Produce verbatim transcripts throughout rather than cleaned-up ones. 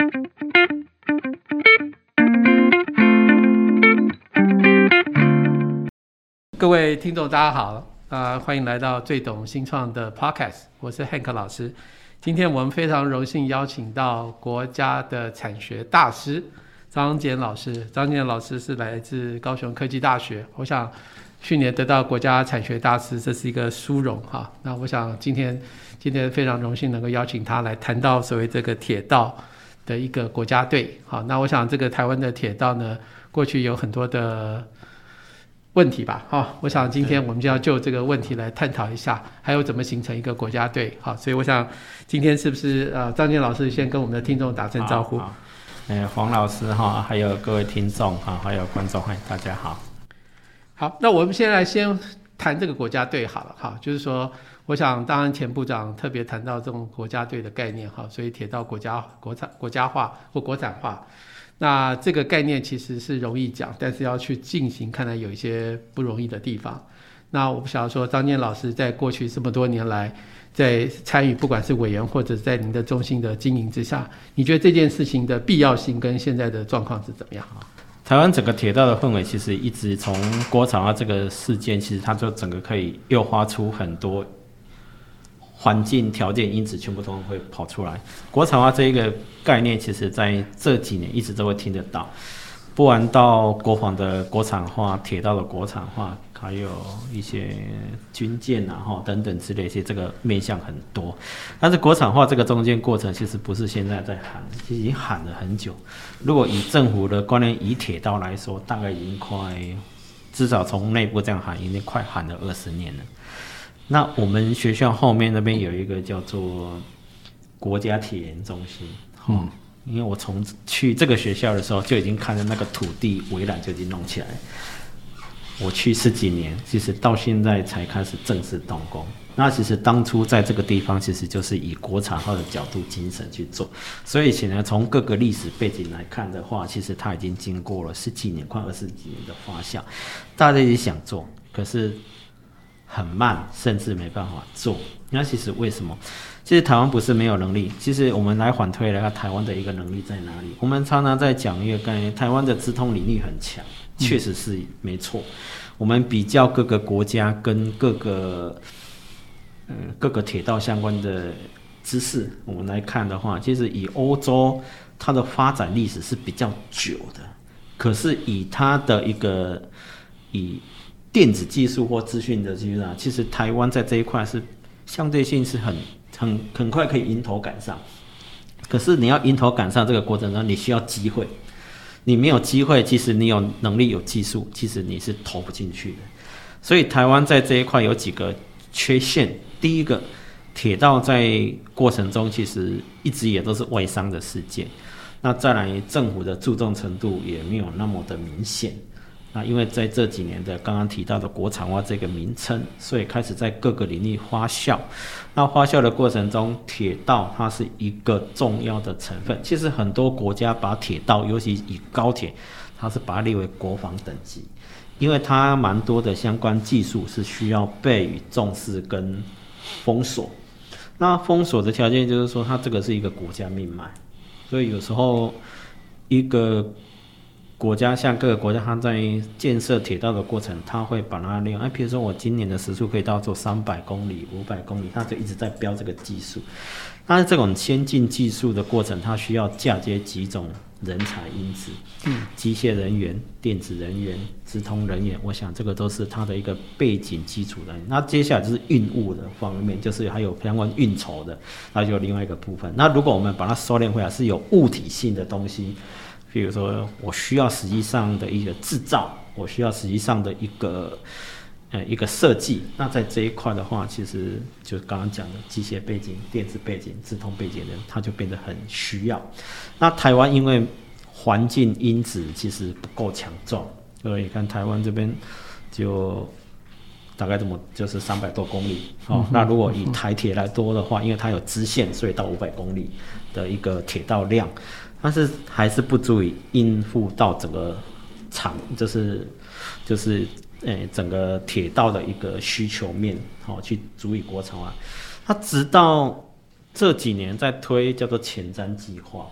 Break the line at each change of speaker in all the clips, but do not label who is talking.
各位听众大家好、呃、欢迎来到最懂新创的 Podcast， 我是 Hank 老师。今天我们非常荣幸邀请到国家的产学大师张简老师。张简老师是来自高雄科技大学，我想去年得到国家产学大师，这是一个殊荣哈。那我想今天今天非常荣幸能够邀请他来谈到所谓这个铁道的一个国家队。好，那我想这个台湾的铁道呢，过去有很多的问题吧，好，我想今天我们就要就这个问题来探讨一下，还有怎么形成一个国家队。好，所以我想今天是不是呃张简老师先跟我们的听众打声招呼？
呃，黄老师哈，还有各位听众哈，还有观众，大家好。
好，那我们现在先谈这个国家队好了哈，就是说，我想当然前部长特别谈到这种国家队的概念哈，所以铁道国家国产国家化或国产化。那这个概念其实是容易讲，但是要去进行，看来有一些不容易的地方。那我不晓得说，张简老师在过去这么多年来，在参与不管是委员或者在您的中心的经营之下，你觉得这件事情的必要性跟现在的状况是怎么样？
台湾整个铁道的氛围，其实一直从国产化这个事件，其实它就整个可以诱发出很多环境条件因子全部都会跑出来。国产化这一个概念，其实在这几年一直都会听得到，不然到国防的国产化、铁道的国产化，还有一些军舰啊等等之类，其实这个面向很多。但是国产化这个中间过程，其实不是现在在喊，其实已经喊了很久。如果以政府的观念，以铁道来说，大概已经快，至少从内部这样喊，已经快喊了二十年了。那我们学校后面那边有一个叫做国家铁研中心，嗯，因为我从去这个学校的时候就已经看到那个土地围栏就已经弄起来，我去十几年，其实到现在才开始正式动工。那其实当初在这个地方，其实就是以国产化的角度精神去做，所以显然从各个历史背景来看的话，其实它已经经过了十几年、快二十几年的发酵，大家也想做，可是很慢，甚至没办法做。那其实为什么？其实台湾不是没有能力，其实我们来反推来看台湾的一个能力在哪里。我们常常在讲一个概念，台湾的资通领域很强，确实是没错。我们比较各个国家跟各个嗯各个铁道相关的知识，我们来看的话，其实以欧洲它的发展历史是比较久的，可是以它的一个以电子技术或资讯的技术啊，其实台湾在这一块是相对性是很很很快可以迎头赶上。可是你要迎头赶上这个过程中，你需要机会。你没有机会，其实你有能力有技术，其实你是投不进去的。所以台湾在这一块有几个缺陷。第一个，铁道在过程中其实一直也都是外商的世界。那再来，政府的注重程度也没有那么的明显。那因为在这几年的刚刚提到的国产化这个名称，所以开始在各个领域发酵。那发酵的过程中，铁道它是一个重要的成分。其实很多国家把铁道，尤其以高铁，它是把它列为国防等级，因为它蛮多的相关技术是需要被予重视跟封锁。那封锁的条件就是说，它这个是一个国家命脉，所以有时候一个国家像各个国家，它在建设铁道的过程，它会把它利用。哎，比如说我今年的时速可以到做三百公里、五百公里，它就一直在标这个技术。但是这种先进技术的过程，它需要嫁接几种人才因子，嗯，机械人员、电子人员、资通人员，我想这个都是它的一个背景基础的。那接下来就是运务的方面，就是还有相关运筹的，那就另外一个部分。那如果我们把它收敛回来，是有物体性的东西。比如说，我需要实际上的一个制造，我需要实际上的一个呃一个设计。那在这一块的话，其实就刚刚讲的机械背景、电子背景、资通背景的人，他就变得很需要。那台湾因为环境因子其实不够强壮，所以看台湾这边就大概这么就是三百多公里。哦，那如果以台铁来多的话，因为它有支线，所以到五百公里的一个铁道量。但是还是不足以应付到整个厂，就是就是诶、欸、整个铁道的一个需求面，好、哦、去足以国产化。它直到这几年在推叫做前瞻计划，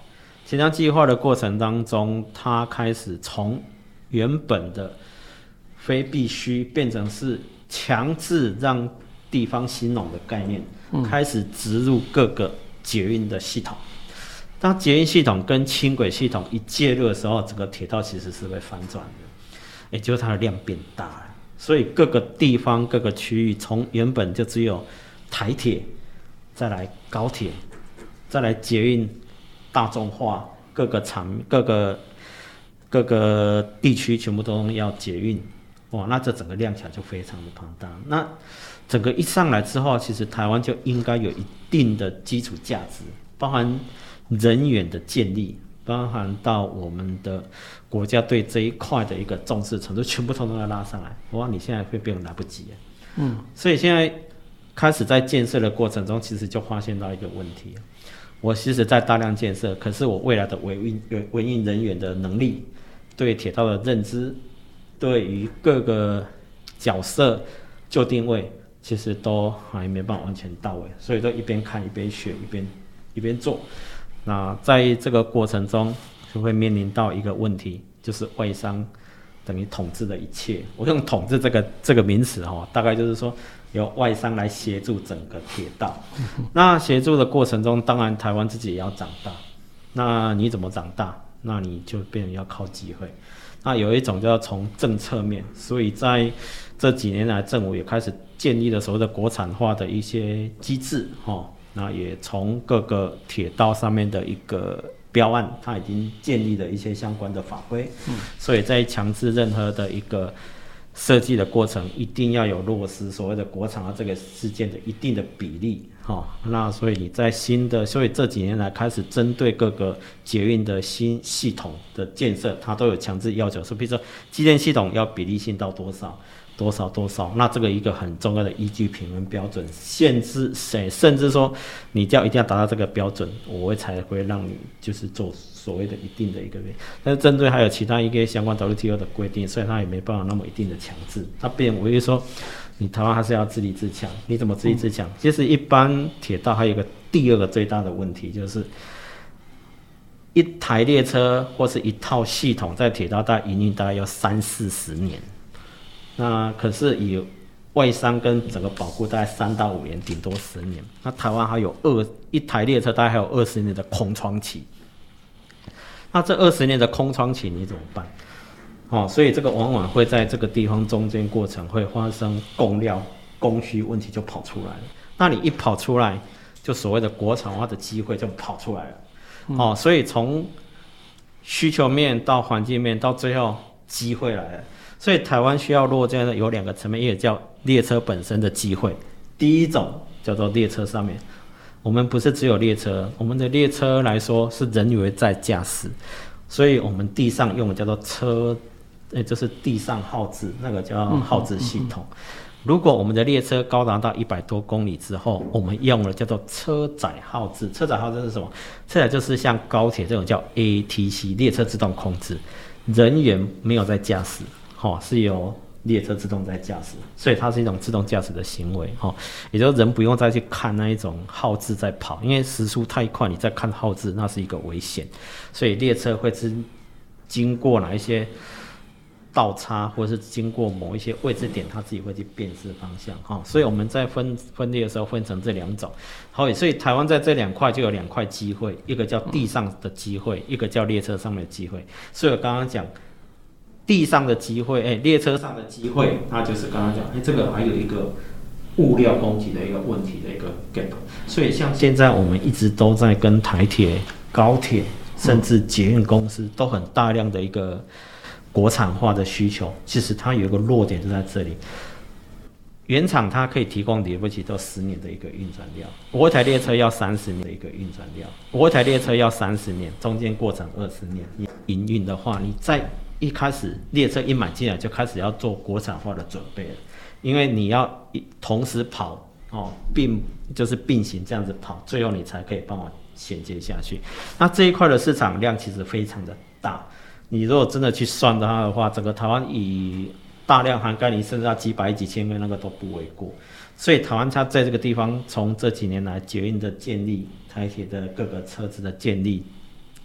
前瞻计划的过程当中，它开始从原本的非必须变成是强制让地方兴农的概念，嗯、开始植入各个捷运的系统。当捷运系统跟轻轨系统一介入的时候，整个铁道其实是会翻转的，也就是它的量变大了。所以各个地方、各个区域，从原本就只有台铁，再来高铁，再来捷运大众化，各个场、各个各个地区全部都要捷运，哇，那这整个量起来就非常的庞大。那整个一上来之后，其实台湾就应该有一定的基础价值，包含人员的建立，包含到我们的国家对这一块的一个重视程度，全部通通要拉上来。哇，你现在会变得来不及。嗯，所以现在开始在建设的过程中，其实就发现到一个问题。我其实在大量建设，可是我未来的维运维运人员的能力，对铁道的认知，对于各个角色就定位，其实都还没办法完全到位，所以都一边看一边学，一边一边做。那在这个过程中，就会面临到一个问题，就是外商等于统治了一切。我用统治这个这个名词哈，大概就是说由外商来协助整个铁道。那协助的过程中，当然台湾自己也要长大。那你怎么长大？那你就变成要靠机会。那有一种叫从政策面，所以在这几年来，政府也开始建立了所谓的国产化的一些机制哈。那也从各个铁道上面的一个标案，它已经建立了一些相关的法规，嗯，所以在强制任何的一个设计的过程，一定要有落实所谓的国产化这个事件的一定的比例，哦，那所以你在新的，所以这几年来开始针对各个捷运的新系统的建设，它都有强制要求，说比如说机电系统要比例性到多少。多少多少，那这个一个很重要的依据评分标准，限制谁，甚至说你就要一定要达到这个标准，我才会让你就是做所谓的一定的一个，但是针对还有其他一个相关 W T O 的规定，所以它也没办法那么一定的强制。它变，我就说，你台湾还是要自立自强，你怎么自立自强？其实一般铁道还有一个第二个最大的问题就是。一台列车或是一套系统在铁道大概营运大概要三四十年。那可是以外商跟整个保固大概三到五年，顶多十年。那台湾还有二一台列车大概还有二十年的空窗期。那这二十年的空窗期你怎么办？哦，所以这个往往会在这个地方中间过程会发生供料供需问题就跑出来了。那你一跑出来，就所谓的国产化的机会就跑出来了。嗯、哦，所以从需求面到环境面到最后机会来了。所以台湾需要落在的有两个层面，一个叫列车本身的机会，第一种叫做列车上面，我们不是只有列车，我们的列车来说是人为在驾驶，所以我们地上用的叫做车，呃，就是地上号志，那个叫号志系统。嗯嗯嗯如果我们的列车高达到一百多公里之后，我们用了叫做车载号志。车载号志是什么？车载就是像高铁这种叫 A T C 列车自动控制，人员没有在驾驶。哦、是由列车自动在驾驶，所以它是一种自动驾驶的行为、哦、也就是人不用再去看那一种号志在跑，因为时速太快，你再看号志那是一个危险，所以列车会是经过哪一些倒插，或者是经过某一些位置点，它自己会去辨识方向、哦、所以我们在分分裂的时候分成这两种，好，所以台湾在这两块就有两块机会，一个叫地上的机会，一个叫列车上面的机会，所以我刚刚讲地上的机会，哎，列车上的机会，那就是刚刚讲，哎，这个还有一个物料供给的一个问题的一个 gap。所以像现在我们一直都在跟台铁、高铁，甚至捷运公司都很大量的一个国产化的需求，其实它有一个弱点就在这里。原厂它可以提供了不起到十年的一个运转量，我一台列车要三十年的一个运转量，我一台列车要三十年，中间过程二十年，你营运的话，你在一开始列车一买进来就开始要做国产化的准备了，因为你要同时跑哦，并就是并行这样子跑，最后你才可以帮我衔接下去。那这一块的市场量其实非常的大，你如果真的去算它的话，整个台湾以大量涵盖你甚至到几百亿、几千个那个都不为过。所以台湾它在这个地方，从这几年来捷运的建立、台铁的各个车子的建立，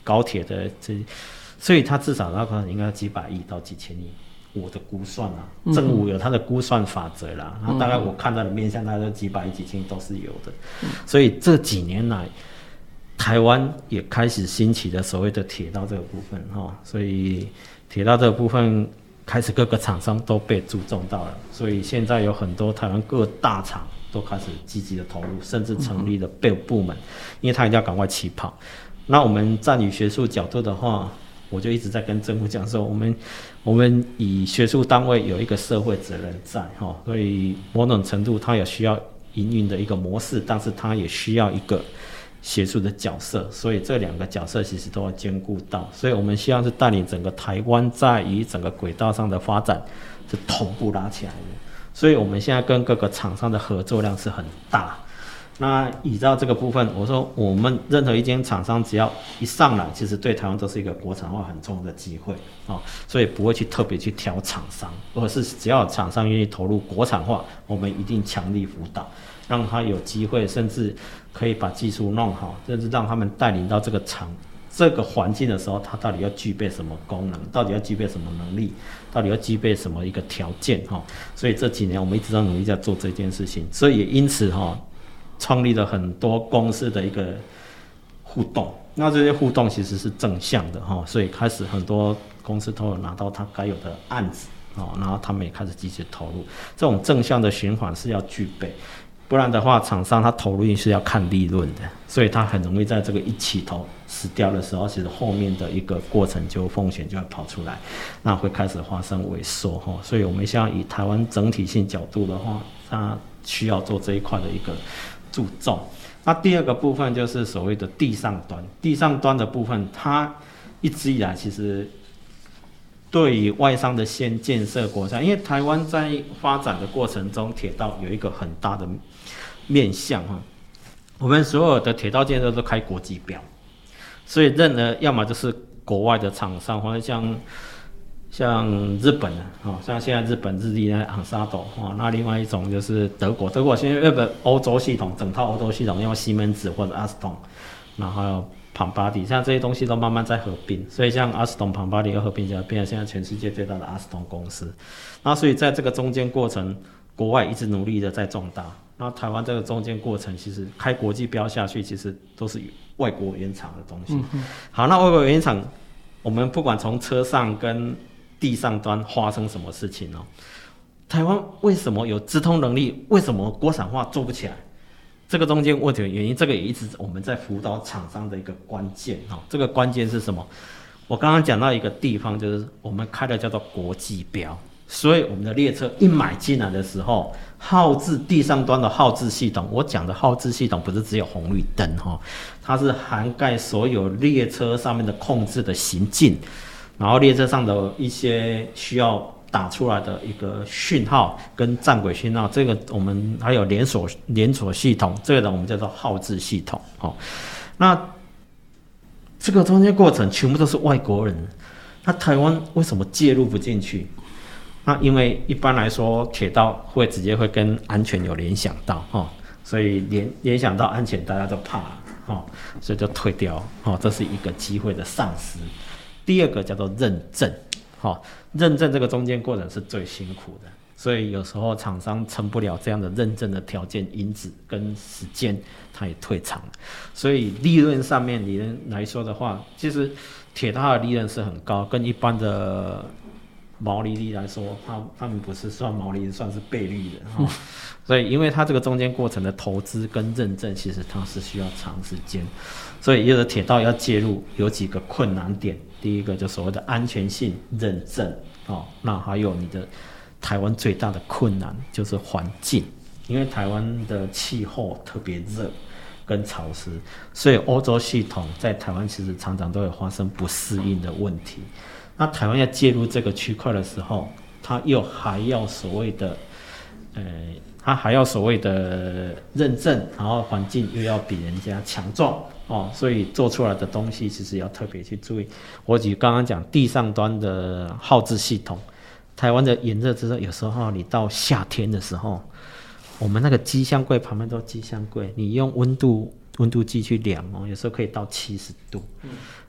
高铁的这，所以它至少它可能应该几百亿到几千亿。我的估算啊，政府有它的估算法则啦，然后大概我看到的面向大概几百亿、几千亿都是有的，所以这几年来，台湾也开始兴起的所谓的铁道这个部分哈，所以铁道这个部分开始各个厂商都被注重到了，所以现在有很多台湾各大厂都开始积极的投入，甚至成立了备部门，因为他一定要赶快起跑。那我们站于学术角度的话，我就一直在跟政府讲说，我们我们以学术单位有一个社会责任在哈，所以某种程度它有需要营运的一个模式，但是它也需要一个学术的角色，所以这两个角色其实都要兼顾到。所以我们希望是带领整个台湾在于整个轨道上的发展是同步拉起来的。所以我们现在跟各个厂商的合作量是很大。那依照这个部分，我说我们任何一间厂商只要一上来，其实对台湾都是一个国产化很重要的机会啊、哦，所以不会去特别去挑厂商，而是只要厂商愿意投入国产化，我们一定强力辅导，让他有机会，甚至可以把技术弄好，甚至让他们带领到这个厂这个环境的时候，他到底要具备什么功能，到底要具备什么能力，到底要具备什么一个条件哈、哦。所以这几年我们一直在努力在做这件事情，所以也因此哈。哦创立了很多公司的一个互动，那这些互动其实是正向的哈，所以开始很多公司都有拿到他该有的案子啊，然后他们也开始积极投入，这种正向的循环是要具备，不然的话，厂商他投入是要看利润的，所以他很容易在这个一起头死掉的时候，其实后面的一个过程就风险就会跑出来，那会开始发生萎缩哈，所以我们现在以台湾整体性角度的话，它需要做这一块的一个注重。那第二个部分就是所谓的地上端，地上端的部分，它一直以来其实对于外商的先建设国家，因为台湾在发展的过程中，铁道有一个很大的面向哈，我们所有的铁道建设都开国际标，所以任何要么就是国外的厂商，或者像。像日本的，哦，像现在日本日立的昂沙斗，哦，那另外一种就是德国，德国现在日本欧洲系统，整套欧洲系统用西门子或者阿斯通，然后还有庞巴迪，像这些东西都慢慢在合并，所以像阿斯通、庞巴迪要合并起来，变成现在全世界最大的阿斯通公司。那所以在这个中间过程，国外一直努力的在壮大，那台湾这个中间过程，其实开国际标下去，其实都是外国原厂的东西。嗯、好，那外国原厂，我们不管从车上跟地上端发生什么事情呢、哦？台湾为什么有直通能力？为什么国产化做不起来？这个中间问题的原因，这个也一直我们在辅导厂商的一个关键哈、哦。这个关键是什么？我刚刚讲到一个地方，就是我们开的叫做国际标，所以我们的列车一买进来的时候，号志地上端的号志系统，我讲的号志系统不是只有红绿灯哈，它是涵盖所有列车上面的控制的行进。然后列车上的一些需要打出来的一个讯号跟站轨讯号，这个我们还有连锁连锁系统，这个呢我们叫做号志系统。哦，那这个中间过程全部都是外国人，那台湾为什么介入不进去？那因为一般来说铁道会直接会跟安全有联想到，哦，所以联联想到安全大家都怕，哦，所以就退掉，哦，这是一个机会的丧失。第二个叫做认证，哦，认证这个中间过程是最辛苦的，所以有时候厂商撑不了这样的认证的条件因子跟时间，它也退场了。所以利润上面理论来说的话，其实铁道的利润是很高，跟一般的毛利率来说，它他们不是算毛利，算是倍率的哈、哦。所以因为它这个中间过程的投资跟认证，其实它是需要长时间，所以有的铁道要介入有几个困难点。第一个就所谓的安全性认证，哦，那还有你的台湾最大的困难就是环境，因为台湾的气候特别热跟潮湿，所以欧洲系统在台湾其实常常都有发生不适应的问题。那台湾要介入这个区块的时候，它又还要所谓的，呃，它还要所谓的认证，然后环境又要比人家强壮。哦，所以做出来的东西其实要特别去注意。我举刚刚讲地上端的号志系统，台湾的炎热之后，有时候你到夏天的时候，我们那个机箱柜旁边都机箱柜，你用温度温度计去量哦，有时候可以到七十度。嗯、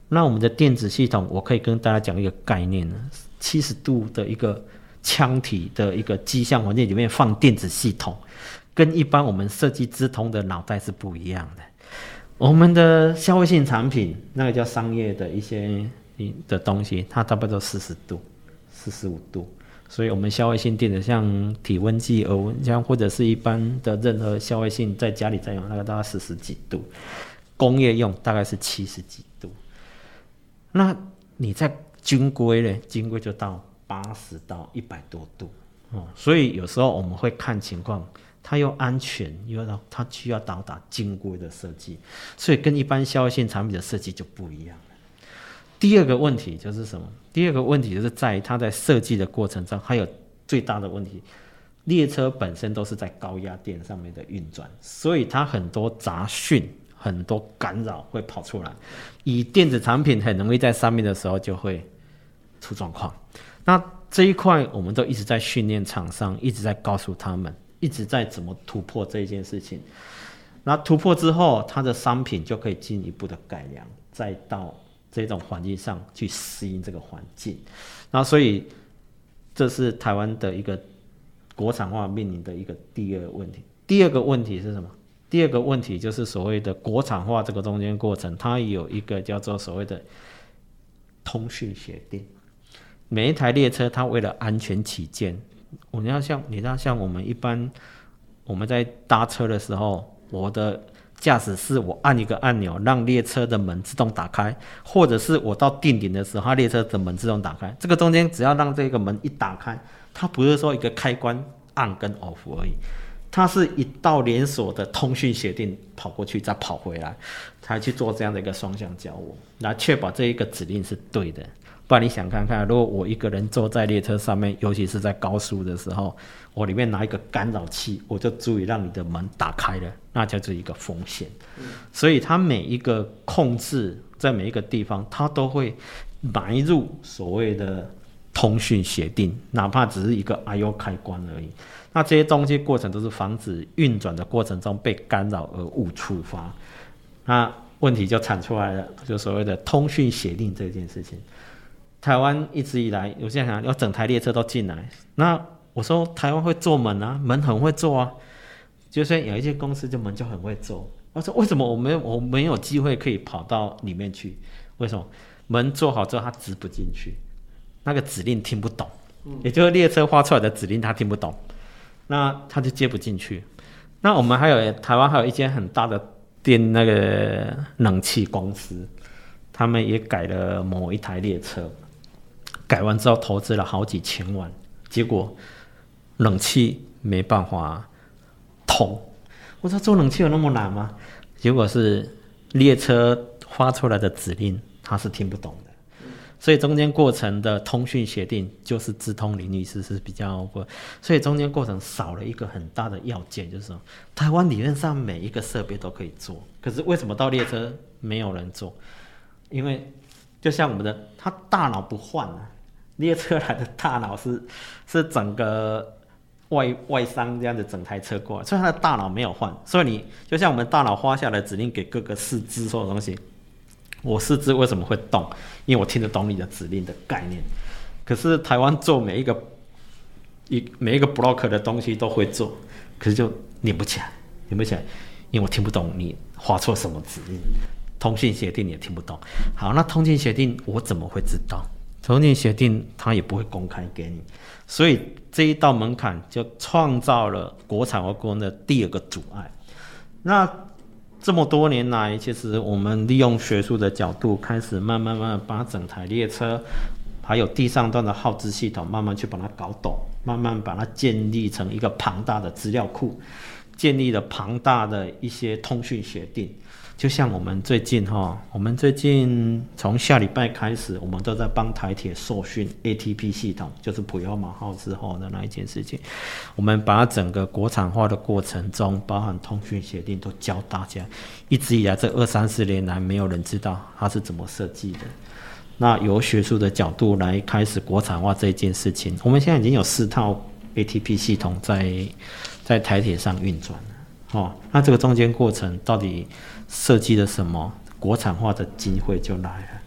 那我们的电子系统，我可以跟大家讲一个概念呢，七十度的一个腔体的一个机象环境里面放电子系统，跟一般我们设计资通的脑袋是不一样的。我们的消费性产品，那个叫商业的一些的东西，它差不多四十度、四十五度。所以我们消费性电子，像体温计、耳温枪，或者是一般的任何消费性在家里在用，那个大概四十几度，工业用大概是七十几度。那你在军规呢？军规就到八十到一百多度、哦、所以有时候我们会看情况，它又安全，又要它需要到达军规的设计，所以跟一般消费性产品的设计就不一样了。第二个问题就是什么？第二个问题就是在于它在设计的过程中，还有最大的问题，列车本身都是在高压电上面的运转，所以它很多杂讯、很多干扰会跑出来。以电子产品很容易在上面的时候就会出状况。那这一块我们都一直在训练厂商，一直在告诉他们，一直在怎么突破这一件事情。那突破之后，它的商品就可以进一步的改良，再到这种环境上去适应这个环境。那所以这是台湾的一个国产化面临的一个第二个问题。第二个问题是什么？第二个问题就是所谓的国产化这个中间过程，它有一个叫做所谓的通讯协定。每一台列车它为了安全起见，我们要像你知道像我们一般我们在搭车的时候，我的驾驶室我按一个按钮让列车的门自动打开，或者是我到定点的时候，它列车的门自动打开。这个中间只要让这个门一打开，它不是说一个开关 on 跟 off 而已，它是一道连锁的通讯协定跑过去再跑回来，才去做这样的一个双向交互，来确保这一个指令是对的。不然你想看看，如果我一个人坐在列车上面，尤其是在高速的时候，我里面拿一个干扰器，我就足以让你的门打开了，那就是一个风险。嗯、所以它每一个控制在每一个地方，它都会埋入所谓的通讯协定，哪怕只是一个 I O 开关而已。那这些东西过程都是防止运转的过程中被干扰而误触发，那问题就产出来了，就所谓的通讯协定这件事情。台湾一直以来，有些人想要整台列车都进来，那我说台湾会做门啊，门很会做啊，就是有一些公司就门就很会做。我说为什么我没有我没有机会可以跑到里面去？为什么？门做好之后它直不进去，那个指令听不懂，也就是列车发出来的指令它听不懂，那它就接不进去。那我们还有台湾还有一间很大的电那个冷气公司，他们也改了某一台列车。改完之后投资了好几千万，结果冷气没办法通。我说做冷气有那么难吗？结果是列车发出来的指令他是听不懂的，所以中间过程的通讯协定就是资通领域是是比较，所以中间过程少了一个很大的要件，就是说台湾理论上每一个设备都可以做，可是为什么到列车没有人做？因为就像我们的他大脑不换啊，列车来的大脑是是整个外外商这样子整台车过来，所以他的大脑没有换。所以你就像我们大脑发下来的指令给各个四肢所有东西，我四肢为什么会动？因为我听得懂你的指令的概念。可是台湾做每一个一每一个 block 的东西都会做，可是就连不起来，连不起来，因为我听不懂你发错什么指令。通信协定也听不懂。好，那通信协定我怎么会知道？通信协定它也不会公开给你，所以这一道门槛就创造了国产化过程的第二个阻碍。那这么多年来，其实我们利用学术的角度，开始慢慢慢慢把整台列车，还有地上端的耗资系统，慢慢去把它搞懂，慢慢把它建立成一个庞大的资料库，建立了庞大的一些通讯协定。就像我们最近哈，我们最近从下礼拜开始，我们都在帮台铁受训 A T P 系统，就是普悠玛号之后的那一件事情。我们把整个国产化的过程中，包含通讯协定都教大家。一直以来这二三十年来，没有人知道它是怎么设计的。那由学术的角度来开始国产化这一件事情，我们现在已经有四套 A T P 系统在在台铁上运转了。哦，那这个中间过程到底设计了什么？国产化的机会就来了。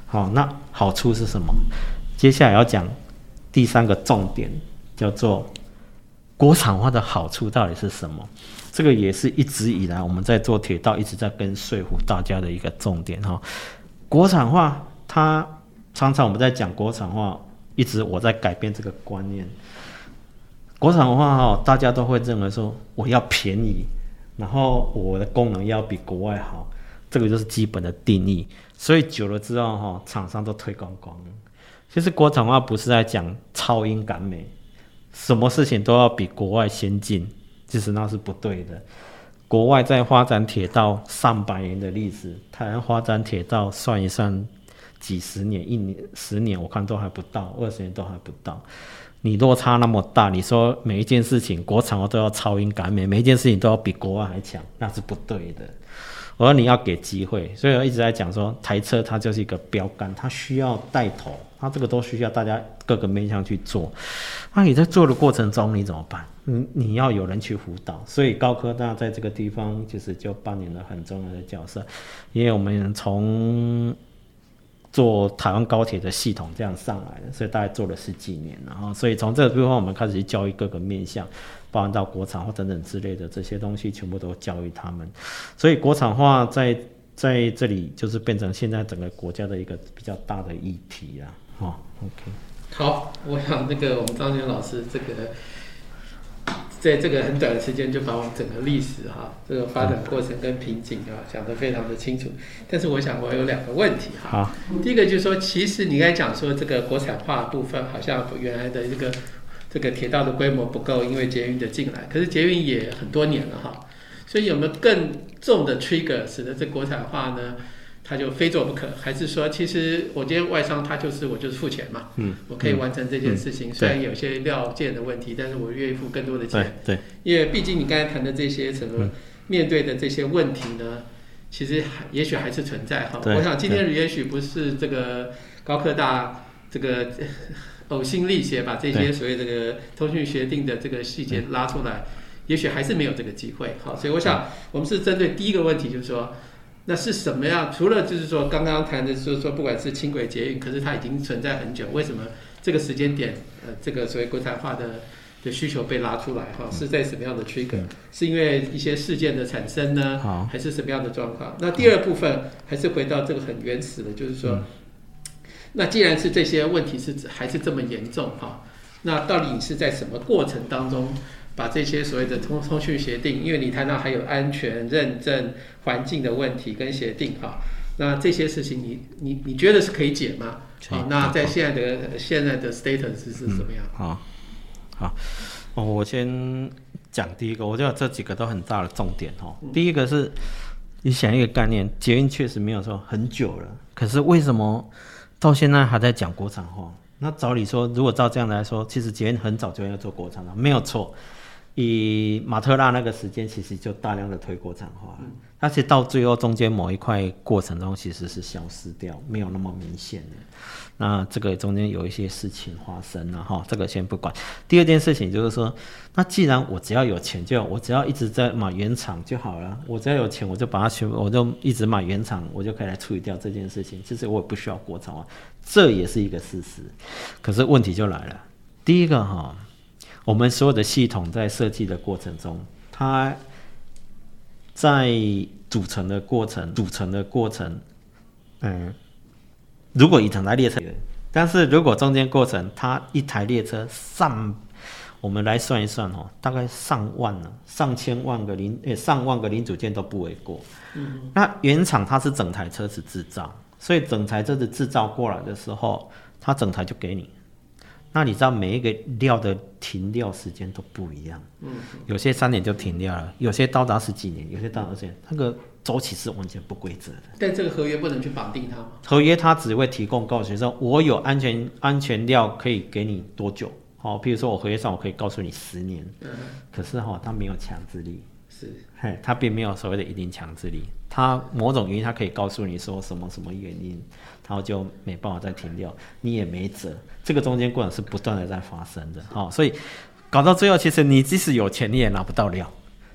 好，那好处是什么？接下来要讲第三个重点，叫做国产化的好处到底是什么？这个也是一直以来我们在做铁道一直在跟说服大家的一个重点哈。国产化，它常常我们在讲国产化，一直我在改变这个观念。国产化哈，大家都会认为说我要便宜，然后我的功能要比国外好，这个就是基本的定义。所以久了之后哈，厂商都推光光。其实国产化不是在讲超英赶美，什么事情都要比国外先进，其实那是不对的。国外在发展铁道上百年的历史，台湾发展铁道算一算几十年，一年、十年，我看都还不到，二十年都还不到。你落差那么大，你说每一件事情国产化都要超英赶美，每一件事情都要比国外还强，那是不对的。而你要给机会，所以我一直在讲说，台车它就是一个标杆，它需要带头，它这个都需要大家各个面向去做。那你在做的过程中你怎么办？你你要有人去辅导，所以高科大在这个地方其实就扮演了很重要的角色，因为我们从做台湾高铁的系统这样上来的，所以大概做了十几年，然后所以从这个地方我们开始去教育各个面向，包含到国产化等等之类的这些东西，全部都教育他们。所以国产化在在这里就是变成现在整个国家的一个比较大的议题啦。哦 ，OK。
好，我想那个我们张轩老师这个。在这个很短的时间就把我们整个历史哈，这个发展过程跟瓶颈啊讲得非常的清楚。但是我想我有两个问题哈。第一个就是说，其实你刚才讲说这个国产化部分好像原来的这个这个铁道的规模不够，因为捷运的进来，可是捷运也很多年了哈，所以有没有更重的 trigger 使得这国产化呢？他就非做不可，还是说，其实我今天外商他就是我就是付钱嘛，嗯，我可以完成这件事情，嗯、虽然有些料件的问题，但是我愿意付更多的钱，
对，对
因为毕竟你刚才谈的这些什么面对的这些问题呢，其实也许还是存在哈。我想今天也许不是这个高科大这个呕心沥血把这些所谓这个通讯协定的这个细节拉出来，也许还是没有这个机会。好，所以我想我们是针对第一个问题，就是说。那是什么样？除了就是说刚刚谈的，就是说不管是轻轨捷运，可是它已经存在很久，为什么这个时间点，呃，这个所谓国产化的的需求被拉出来哈，是在什么样的 trigger？、嗯、是因为一些事件的产生呢，还是什么样的状况？那第二部分还是回到这个很原始的，就是说，嗯、那既然是这些问题是还是这么严重哈，那到底你是在什么过程当中？把这些所谓的通通讯协定，因为你谈到还有安全认证、环境的问题跟协定哈，那这些事情你你你觉得是可以解吗？好，那在现在的现在的 status 是怎么样？
嗯、好，好，哦，我先讲第一个，我觉得这几个都很大的重点哈。嗯、第一个是你想一个概念，捷运确实没有说很久了，可是为什么到现在还在讲国产化？那照理说，如果照这样来说，其实捷运很早就要做国产化，没有错。以马特拉那个时间，其实就大量的推国产化，嗯、但是到最后中间某一块过程中，其实是消失掉，没有那么明显的。那这个中间有一些事情发生了哈，这个先不管。第二件事情就是说，那既然我只要有钱就，我只要一直在买原厂就好了，我只要有钱我就把它全部，我就一直买原厂，我就可以来处理掉这件事情。其实我也不需要国产化，这也是一个事实。可是问题就来了，第一个哈。我们所有的系统在设计的过程中，它在组成的过程，组成的过程，嗯，如果以整台列车，但是如果中间过程，它一台列车上，我们来算一算哦，大概上万了，上千万个零，诶，上万个零组件都不为过。嗯，那原厂它是整台车子制造，所以整台车子制造过来的时候，它整台就给你。那你知道每一个料的停料时间都不一样，嗯，有些三年就停料了，有些到达十几年，有些到达二十年，那个周期是完全不规则的。
但这个合约不能去绑定它吗？
合约它只会提供告诉你说，我有安全安全料可以给你多久？好，譬如说我合约上我可以告诉你十年，嗯，可是哈，它没有强制力，
是，
嘿，它并没有所谓的一定强制力，它某种原因它可以告诉你说什么什么原因。然后就没办法再停掉，你也没辙。这个中间过程是不断的在发生的，好、哦，所以搞到最后，其实你即使有钱，你也拿不到料，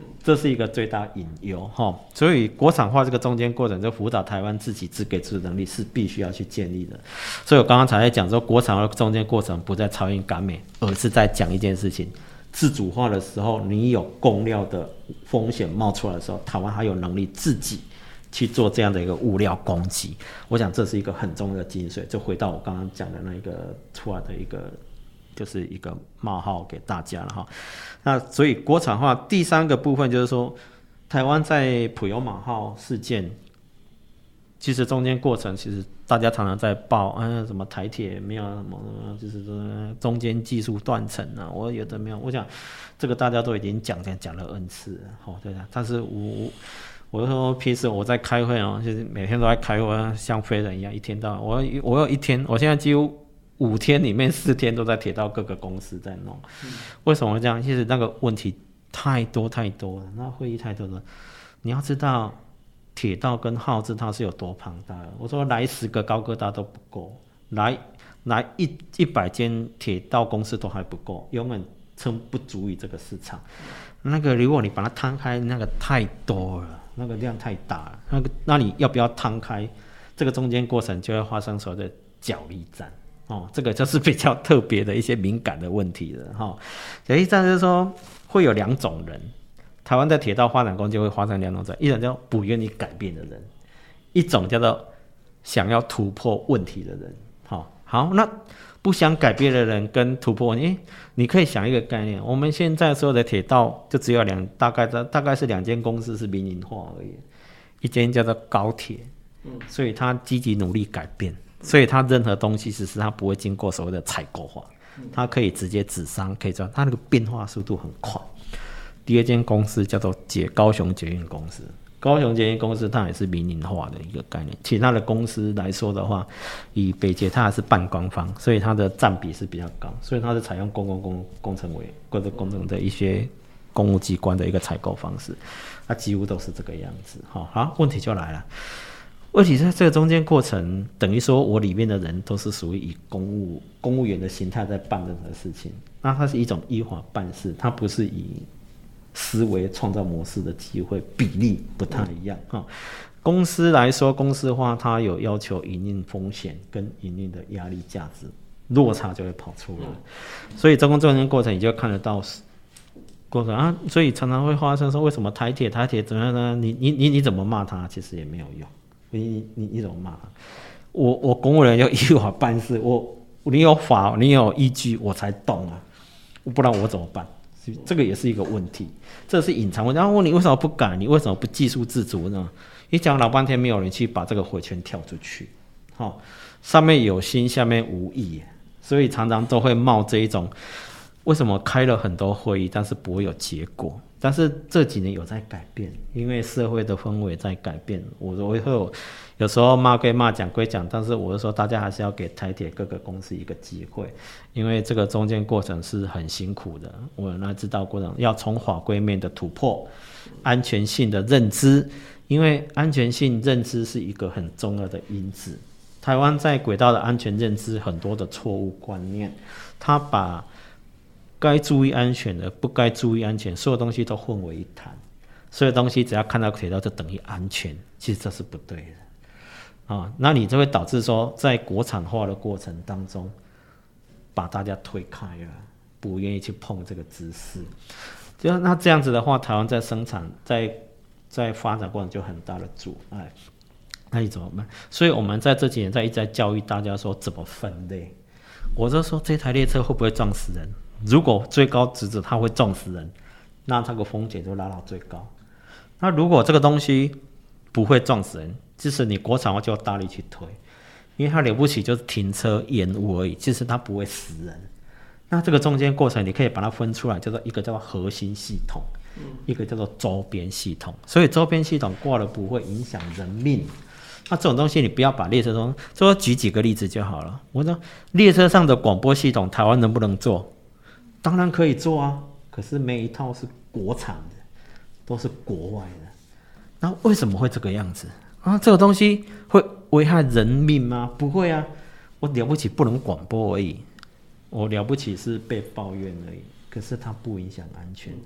这是一个最大隐忧哈。所以国产化这个中间过程，就辅导台湾自己自给自足能力是必须要去建立的。所以我刚刚才在讲说，国产化中间过程不在超英赶美，而是在讲一件事情：自主化的时候，你有供料的风险冒出来的时候，台湾还有能力自己去做这样的一个物料供给。我想这是一个很重要的精髓。就回到我刚刚讲的那个出来的一个。就是一个冒号给大家了哈。那所以国产化第三个部分就是说，台湾在普悠玛号事件，其实中间过程其实大家常常在报，啊什么台铁没有什么，就是说中间技术断层啊，我有的没有。我想这个大家都已经讲讲讲了 N 次了，好对的。但是我我就说平时我在开会哦，就是每天都在开会，像飞人一样，一天到晚我我有一天，我现在几乎。五天里面四天都在铁道各个公司在弄，嗯、为什么会这样？其实那个问题太多太多了，那会议太多了。你要知道，铁道跟号志它是有多庞大的。我说来十个高哥大都不够，来来一一百间铁道公司都还不够，永远撑不足以这个市场。那个如果你把它摊开，那个太多了，那个量太大了。那个那你要不要摊开？这个中间过程就会发生所谓的角力战。哦，这个就是比较特别的一些敏感的问题了哈。角力战就是说会有两种人，台湾在铁道发展中就会发生两种人，一种叫不愿意改变的人，一种叫做想要突破问题的人。好，好，那不想改变的人跟突破问题，你可以想一个概念，我们现在所有的铁道就只有两，大概大概是两间公司是民营化而已，一间叫做高铁，所以他积极努力改变。所以它任何东西其实它不会经过所谓的采购化，它可以直接指商，可以说它那个变化速度很快。第二间公司叫做捷高雄捷运公司，高雄捷运公司它也是民营化的一个概念。其他的公司来说的话，以北捷它还是半官方，所以它的占比是比较高，所以它是采用公共工工程委或者工程的一些公务机关的一个采购方式，它几乎都是这个样子。好，好，问题就来了。问题在这个中间过程，等于说我里面的人都是属于以公务公务员的形态在办任何事情，那它是一种依法办事，它不是以思维创造模式的机会，比例不太一样哈。公司来说，公司化它有要求营运风险跟营运的压力价值落差就会跑出来，所以中共中间过程你就看得到过程啊，所以常常会发生说为什么台铁台铁怎么样呢？你你你你怎么骂他，其实也没有用。你你你怎么骂？我我公务人要依法办事，我你有法，你有依据，我才动啊，不然我怎么办？这个也是一个问题，这是隐藏问题。然后问你为什么不改？你为什么不技术自主呢？你讲老半天，没有人去把这个回圈跳出去。好、哦，上面有心，下面无意，所以常常都会冒这一种。为什么开了很多会议，但是不会有结果？但是这几年有在改变，因为社会的氛围在改变。我我会有有时候骂归骂，讲归讲，但是我是说，大家还是要给台铁各个公司一个机会，因为这个中间过程是很辛苦的。我哪知道过程要从法规面的突破，安全性的认知，因为安全性认知是一个很重要的因子。台湾在轨道的安全认知很多的错误观念，他把该注意安全的不该注意安全，所有东西都混为一谈，所有东西只要看到铁道就等于安全，其实这是不对的啊。那你就会导致说，在国产化的过程当中，把大家推开了，不愿意去碰这个知识。就那这样子的话，台湾在生产在在发展过程就很大的阻碍。那你怎么办？所以我们在这几年在一直在教育大家说怎么分类。我就说这台列车会不会撞死人？如果最高职责它会撞死人，那这个风险就拉到最高。那如果这个东西不会撞死人，即使你国产化就要大力去推，因为它了不起就是停车延误而已，其实它不会死人。那这个中间过程你可以把它分出来，叫做一个叫做核心系统，一个叫做周边系统。所以周边系统挂了不会影响人命。那这种东西你不要把列车中，就举几个例子就好了。我说列车上的广播系统，台湾能不能做？当然可以做啊，可是每一套是国产的，都是国外的。那为什么会这个样子啊？这个东西会危害人命吗？不会啊，我了不起不能广播而已，我了不起是被抱怨而已，可是它不影响安全。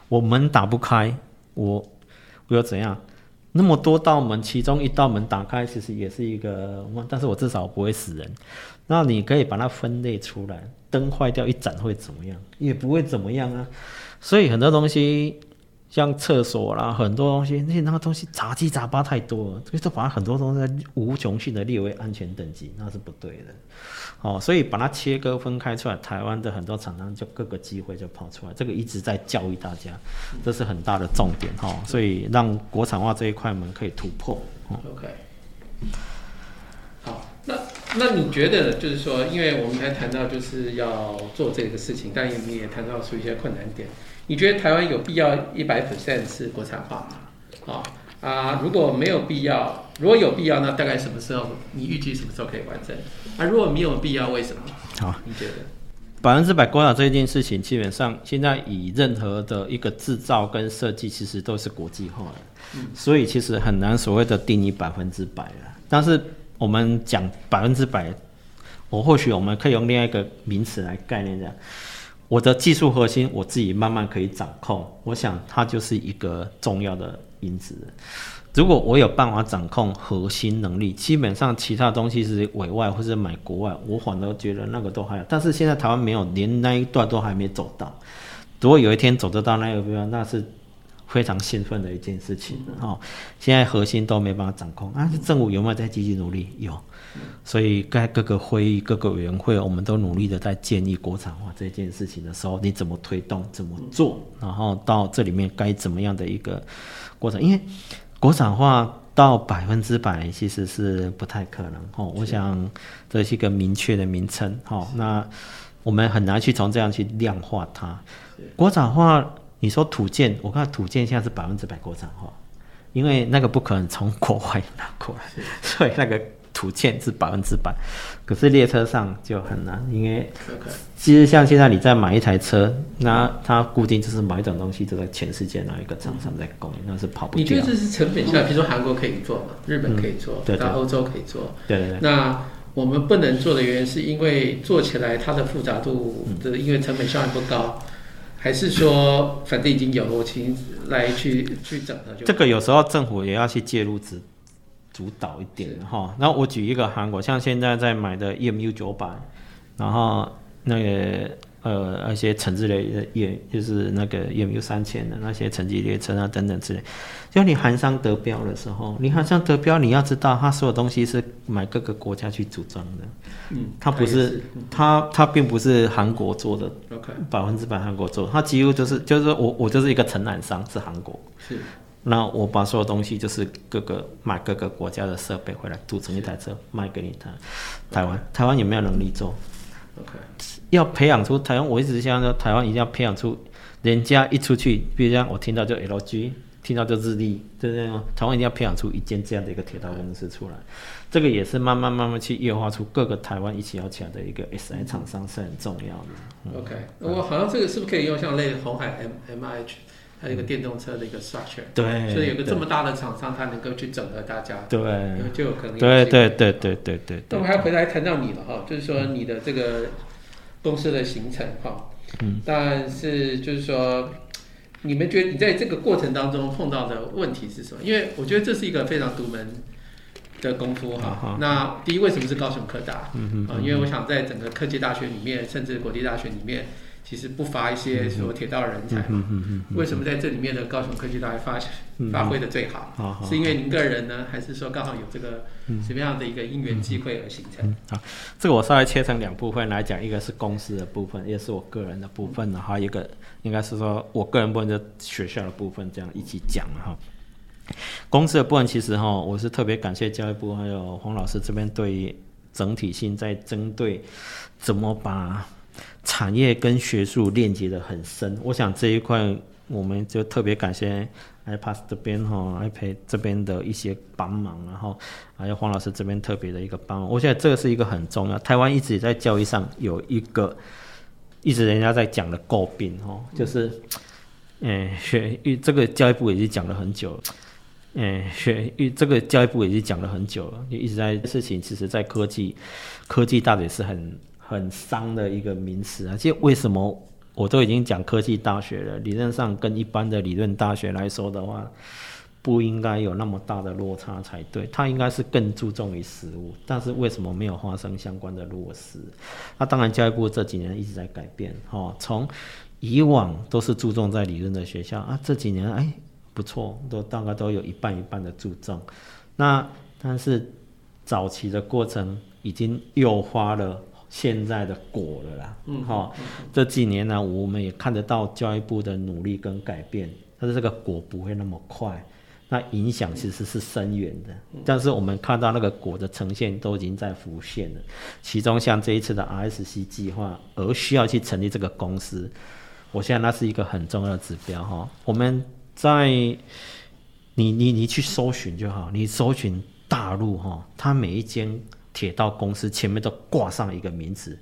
我门打不开，我我又怎样？那么多道门，其中一道门打开，其实也是一个，但是我至少不会死人。那你可以把它分类出来，灯坏掉一盏会怎么样？也不会怎么样啊。所以很多东西，像厕所啦，很多东西，那些那个东西杂七杂八太多了，所以就把很多东西无穷性的列为安全等级，那是不对的。哦，所以把它切割分开出来，台湾的很多厂商就各个机会就跑出来，这个一直在教育大家，这是很大的重点哈、哦。所以让国产化这一块门可以突破。哦、
OK， 好，那那你觉得就是说，因为我们还谈到就是要做这个事情，但你也谈到出一些困难点，你觉得台湾有必要一百 percent 是国产化吗？啊、哦、啊，如果没有必要，如果有必要，那大概什么时候？你预计什么时候可以完成？啊，如果没有必要，为什么？
好，
你觉得？
百分之百国产这件事情，基本上现在以任何的一个制造跟设计，其实都是国际化的，嗯、所以其实很难所谓的定义百分之百了。但是我们讲百分之百，我或许我们可以用另外一个名词来概念讲，我的技术核心我自己慢慢可以掌控，我想它就是一个重要的因子。如果我有办法掌控核心能力，基本上其他东西是委外或是买国外，我反而觉得那个都还有。但是现在台湾没有，连那一段都还没走到。如果有一天走得到那个地方，那是非常兴奋的一件事情、嗯哦、现在核心都没办法掌控，啊，政府有没有在积极努力？有。所以在各个会议、各个委员会，我们都努力的在建议国产化这件事情的时候，你怎么推动、怎么做，然后到这里面该怎么样的一个过程？因为国产化到百分之百其实是不太可能、哦、我想这是一个明确的名称、哦、那我们很难去从这样去量化它。国产化，你说土建，我看土建现在是百分之百国产化，因为那个不可能从国外拿过来，所以那个土建是百分之百，可是列车上就很难，因为其实像现在你在买一台车，那它固定就是某一种东西就在全世界哪一个厂商在供应，那是跑不掉。
你觉得这是成本效益？比如说韩国可以做嘛，日本可以做，
嗯、
到欧洲可以做，
对对对。
那我们不能做的原因是因为做起来它的复杂度的，因为成本效益不高。还是说，反正已经有了，我请来去去整合就。这
个有时候政府也要去介入主主导一点哈。然后我举一个韩国，像现在在买的 E M U 九百，然后那个呃那些城市类的也就是那个 E M U 三千的那些城际列车啊等等之类。就你韩商得标的时候，你韩商得标，你要知道它所有东西是买各个国家去组装的，嗯，它不是它它并不是韩国做的，百分之百韩国做的，它几乎就是就是我我就是一个承揽商是韩国，是，那我把所有东西就是各个买各个国家的设备回来组成一台车卖给你台台湾，台湾有没有能力做 ？OK， 要培养出台湾，我一直想说台湾一定要培养出人家一出去，比如像我听到就 L G。听到就日立，对不对？台湾一定要培养出一间这样的一个铁道公司出来，这个也是慢慢慢慢去优化出各个台湾一起要起来的一个 S I 厂商是很重要的。
嗯、OK， 我好像这个是不是可以用像类红海 M M I H， 它一个电动车的一个 structure， 对，所以有个这么大的厂商，它能够去整合大家，对，就有可能有
对对对对对对。
那我们还回来谈到你了哈，就是说你的这个公司的形成哈，嗯，但是就是说。你们觉得你在这个过程当中碰到的问题是什么？因为我觉得这是一个非常独门的功夫哈。那第一，为什么是高雄科大？嗯嗯、因为我想在整个科技大学里面，甚至国立大学里面，其实不乏一些说铁道人才。嗯嗯嗯、为什么在这里面的高雄科技大学发发挥的最好？嗯、是因为您个人呢，还是说刚好有这个什么样的一个因缘机会而形成？
嗯、好，这个我稍微切成两部分来讲，一个是公司的部分，一个是我个人的部分，然后一个。应该是说我个人部分就学校的部分这样一起讲哈。公司的部分其实哈，我是特别感谢教育部还有黄老师这边对整体性在针对怎么把产业跟学术链接的很深。我想这一块我们就特别感谢 I P A S 这边哈 I P A 这边的一些帮忙，然后还有黄老师这边特别的一个帮忙。我觉得这个是一个很重要。台湾一直在教育上有一个。一直人家在讲的诟病哦，就是，嗯，学这个教育部已经讲了很久了，嗯，学这个教育部已经讲了很久了，就一直在事情，其实在科技，科技到底是很很伤的一个名词啊。其实为什么我都已经讲科技大学了，理论上跟一般的理论大学来说的话，不应该有那么大的落差才对，它应该是更注重于实务，但是为什么没有发生相关的落实？那当然教育部这几年一直在改变，哦，从以往都是注重在理论的学校啊，这几年哎不错，都大概都有一半一半的注重。那但是早期的过程已经诱发了现在的果了啦。嗯，哦，这几年呢，我们也看得到教育部的努力跟改变，但是这个果不会那么快。那影响其实是深远的，但是我们看到那个果的呈现都已经在浮现了。其中像这一次的 R S C 计划，而需要去成立这个公司，我现在那是一个很重要的指标哈。我们在你你你去搜寻就好，你搜寻大陆哈，它每一间铁道公司前面都挂上一个名字，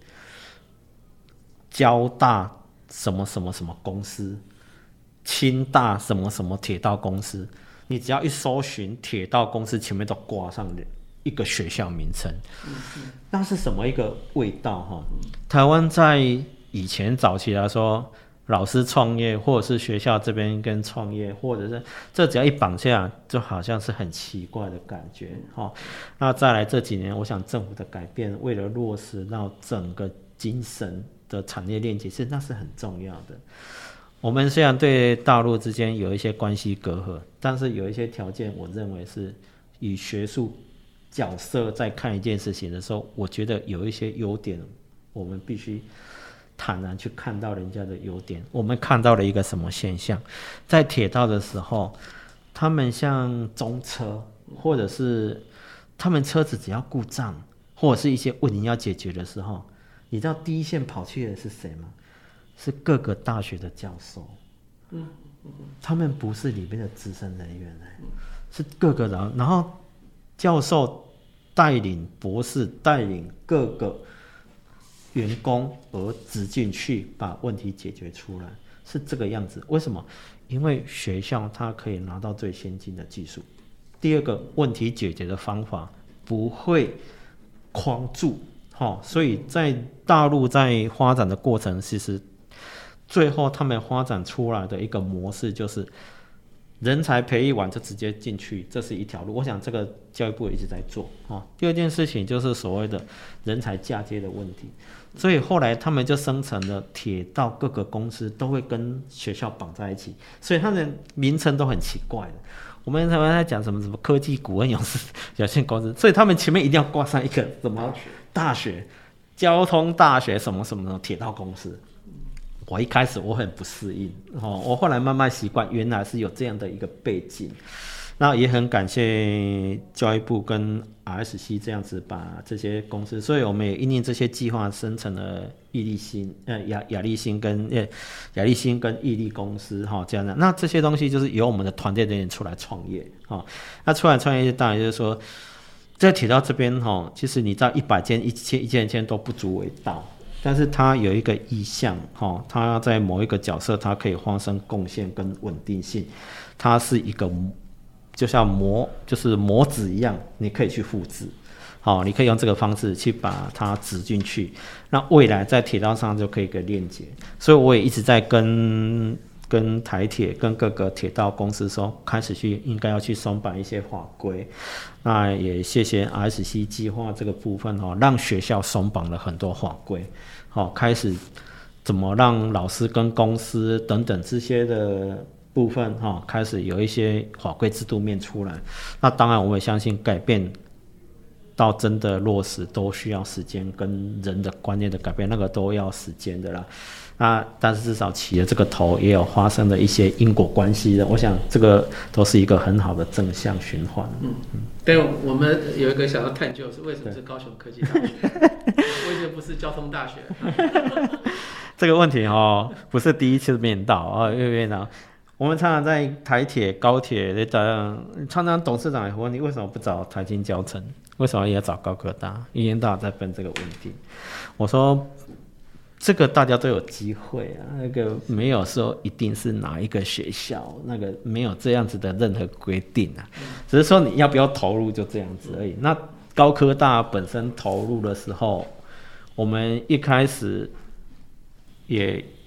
交大什么什么什么公司，清大什么什么铁道公司。你只要一搜寻铁道公司，前面都挂上一个学校名称，那是什么一个味道哈？台湾在以前早期来说，老师创业，或者是学校这边跟创业，或者是这只要一绑架，就好像是很奇怪的感觉哈。那再来这几年，我想政府的改变，为了落实到整个精神的产业链接，是那是很重要的。我们虽然对大陆之间有一些关系隔阂，但是有一些条件，我认为是以学术角色在看一件事情的时候，我觉得有一些优点，我们必须坦然去看到人家的优点。我们看到了一个什么现象？在铁道的时候，他们像中车，或者是他们车子只要故障，或者是一些问题要解决的时候，你知道第一线跑去的是谁吗？是各个大学的教授，嗯，他们不是里面的资深人员，是各个人，然后教授带领博士带领各个员工而直进去把问题解决出来，是这个样子。为什么？因为学校它可以拿到最先进的技术，第二个问题解决的方法不会框住，哦，所以在大陆在发展的过程，其实最后他们发展出来的一个模式就是人才培育完就直接进去，这是一条路。我想这个教育部一直在做，哦，第二件事情就是所谓的人才嫁接的问题，所以后来他们就生成了铁道各个公司都会跟学校绑在一起，所以它的名称都很奇怪的。我们台湾在讲什么什么科技股份有限公司，所以他们前面一定要挂上一个什么大学、交通大学什么什么铁道公司。我一开始我很不适应，哦，我后来慢慢习惯，原来是有这样的一个背景。那也很感谢教育部跟 R S C 这样子把这些公司，所以我们也因应这些计划生成了毅力新、呃亚亚力新跟呃亚力新跟毅力公司哈，哦，这样的。那这些东西就是由我们的团队人员出来创业，哦，那出来创业当然就是说，在铁道这边哈，哦，其实你到一百间、一千、一千、一千都不足为道。但是它有一个意向，哦，它在某一个角色，它可以发生贡献跟稳定性，它是一个就像模就是模子一样，你可以去复制，好，你可以用这个方式去把它植进去，那未来在铁道上就可以一个链接。所以我也一直在跟跟台铁跟各个铁道公司说，开始去应该要去松绑一些法规。那也谢谢 R S C 计划这个部分，哦，让学校松绑了很多法规，哦，开始怎么让老师跟公司等等这些的部分，哦，开始有一些法规制度面出来。那当然我们也相信改变到真的落实都需要时间跟人的观念的改变，那个都要时间的啦。那但是至少起了这个头，也有发生了一些因果关系的，我想这个都是一个很好的正向循环。
嗯嗯。对，我们有一个想要探究是为什么是高雄科技大学，为什么不是交通大学？
这个问题哦，不是第一次面到啊，因为呢，我们常常在台铁、高铁常常董事长也问你为什么不找台清交成，为什么也要找高科大？一天到晚在分这个问题。我说，这个大家都有机会啊，那个没有说一定是哪一个学校，那个没有这样子的任何规定啊，只是说你要不要投入就这样子而已。那高科大本身投入的时候，我们一开始也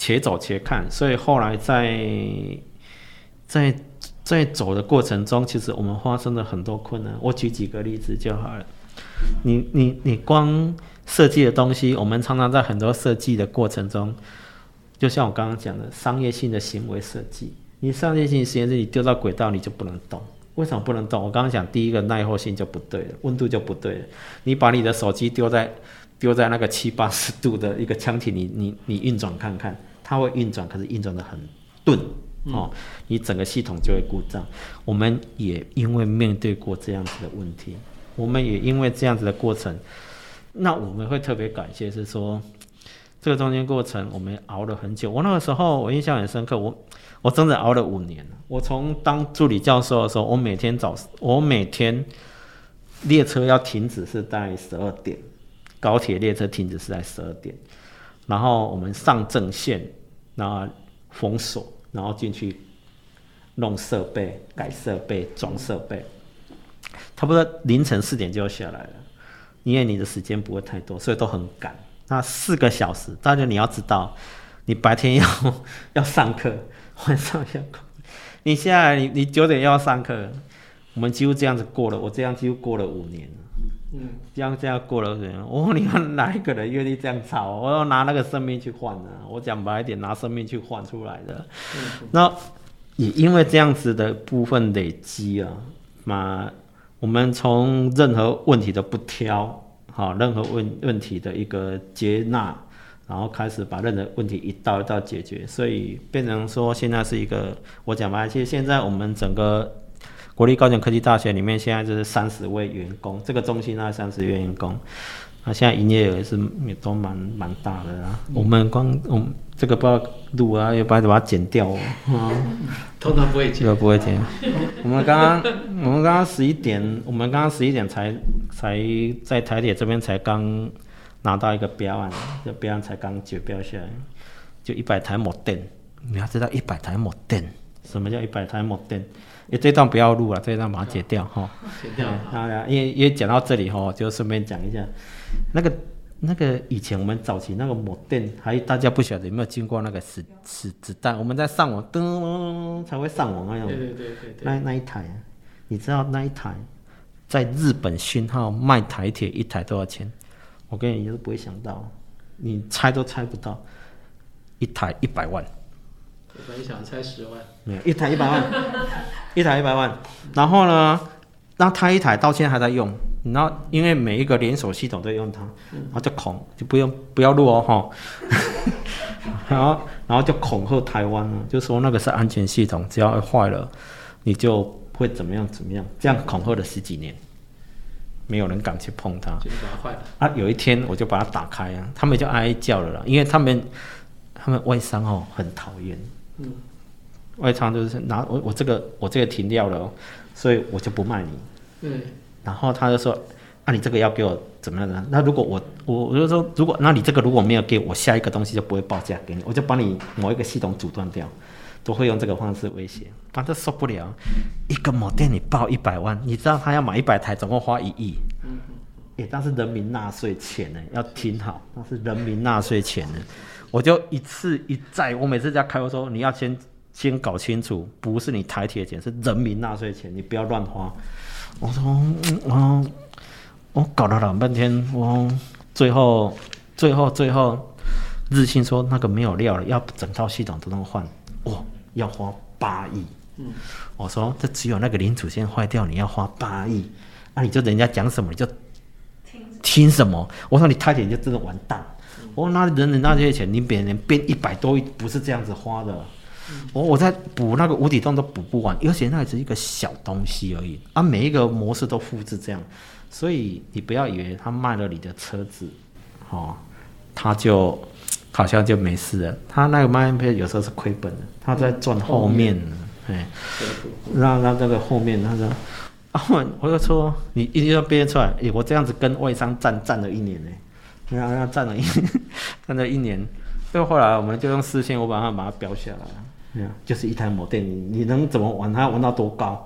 且走且看，所以后来在在在走的过程中，其实我们发生了很多困难。我举几个例子就好了。你你你光设计的东西，我们常常在很多设计的过程中，就像我刚刚讲的商业性的行为设计，你商业性的行为设计你丢到轨道你就不能动。为什么不能动？我刚刚讲第一个耐候性就不对了，温度就不对了。你把你的手机丢在丢在那个七八十度的一个腔体，你你你运转看看，它会运转，可是运转的很钝。哦，你整个系统就会故障。我们也因为面对过这样子的问题，我们也因为这样子的过程，那我们会特别感谢是说，这个中间过程我们熬了很久。我那个时候我印象很深刻，我我真的熬了五年。我从当助理教授的时候，我每天早我每天列车要停止是在十二点，高铁列车停止是在十二点，然后我们上正线，然后封锁。然后进去弄设备、改设备、装设备，差不多凌晨四点就要下来了，因为你的时间不会太多，所以都很赶。那四个小时，大家你要知道，你白天要要上课，晚上要课，你下来你你九点要上课，我们几乎这样子过了，我这样几乎过了五年了。嗯，这样这样过了五年，我、哦、你看哪一个人愿意这样吵？我要拿那个生命去换呢、啊？我讲白一点，拿生命去换出来的。嗯、那也因为这样子的部分累积啊，嘛，我们从任何问题都不挑，好，任何问问题的一个接纳，然后开始把任何问题一道一道解决，所以变成说现在是一个，我讲白，其实现在我们整个。国立高雄科技大学里面现在就是三十位员工，这个中心大概三十位员工，那现在营业额也是也都蛮蛮大的啦。嗯、我们光我们这个不知道录啊，要不然把它剪掉哦。
嗯、通常不会剪，
这个不会剪。我们刚刚我们刚刚十一点，我们刚刚十一点才才在台铁这边才刚拿到一个标案，这标案才刚决标下来，就一百台摩电。你要知道一百台摩电，什么叫一百台摩电？欸、这段不要录了，这段把它剪掉哈。
剪掉。
啊，因为因为讲到这里哈，就顺便讲一下，那个那个以前我们早期那个摩电，还大家不晓得有没有经过那个子子子弹，我们在上网噔才会上网那种。
对对对对对。
那那一台，你知道那一台在日本讯号卖台铁一台多少钱？我跟你都不会想到，你猜都猜不到，一台一百万。
我本来想猜十万，
没有一台一百万，一台一百万。然后呢，那他一台到现在还在用，然后因为每一个连锁系统都用它，然后就恐就不用不要录哦哈，然后然后就恐吓台湾了，就说那个是安全系统，只要坏了，你就会怎么样怎么样，这样恐吓了十几年，没有人敢去碰它，
就把它坏了。
啊，有一天我就把它打开啊，他们就哀哀叫了啦，因为他们他们外商哦很讨厌。嗯，外商就是拿我我这个我这个停掉了、哦，所以我就不卖你。嗯，然后他就说，啊你这个要给我怎么样呢？那如果我我我就说，如果那你这个如果没有给我，下一个东西就不会报价给你，我就把你某一个系统阻断掉，都会用这个方式威胁。反正受不了，一个某店你报一百万，你知道他要买一百台，总共花一亿。嗯嗯，但是人民纳税钱呢，要听好，那是人民纳税钱呢。我就一次一再，我每次在开会说，你要先先搞清楚，不是你台铁钱，是人民纳税钱，你不要乱花。我说，我我搞了老半天，我最后最后最后，日新说那个没有料了，要整套系统都能换，哇，要花八亿。嗯，我说这只有那个零组件坏掉，你要花八亿，那、啊、你就人家讲什么你就听什么。我说你台铁就真的完蛋。我拿人人那些钱，你别人编一百多亿，不是这样子花的。我我在补那个无底洞都补不完，而且那只是一个小东西而已啊，每一个模式都复制这样，所以你不要以为他卖了你的车子，哦，他就好像就没事了。他那个卖片有时候是亏本的，他在赚后面的，哎，让让这个后面那个啊，我就说你一定要编出来，哎，我这样子跟外商战战了一年呢。那那站了一站了一年，所以后来我们就用视线，我把它把它标下来了。就是一台摩电，你你能怎么玩它玩到多高？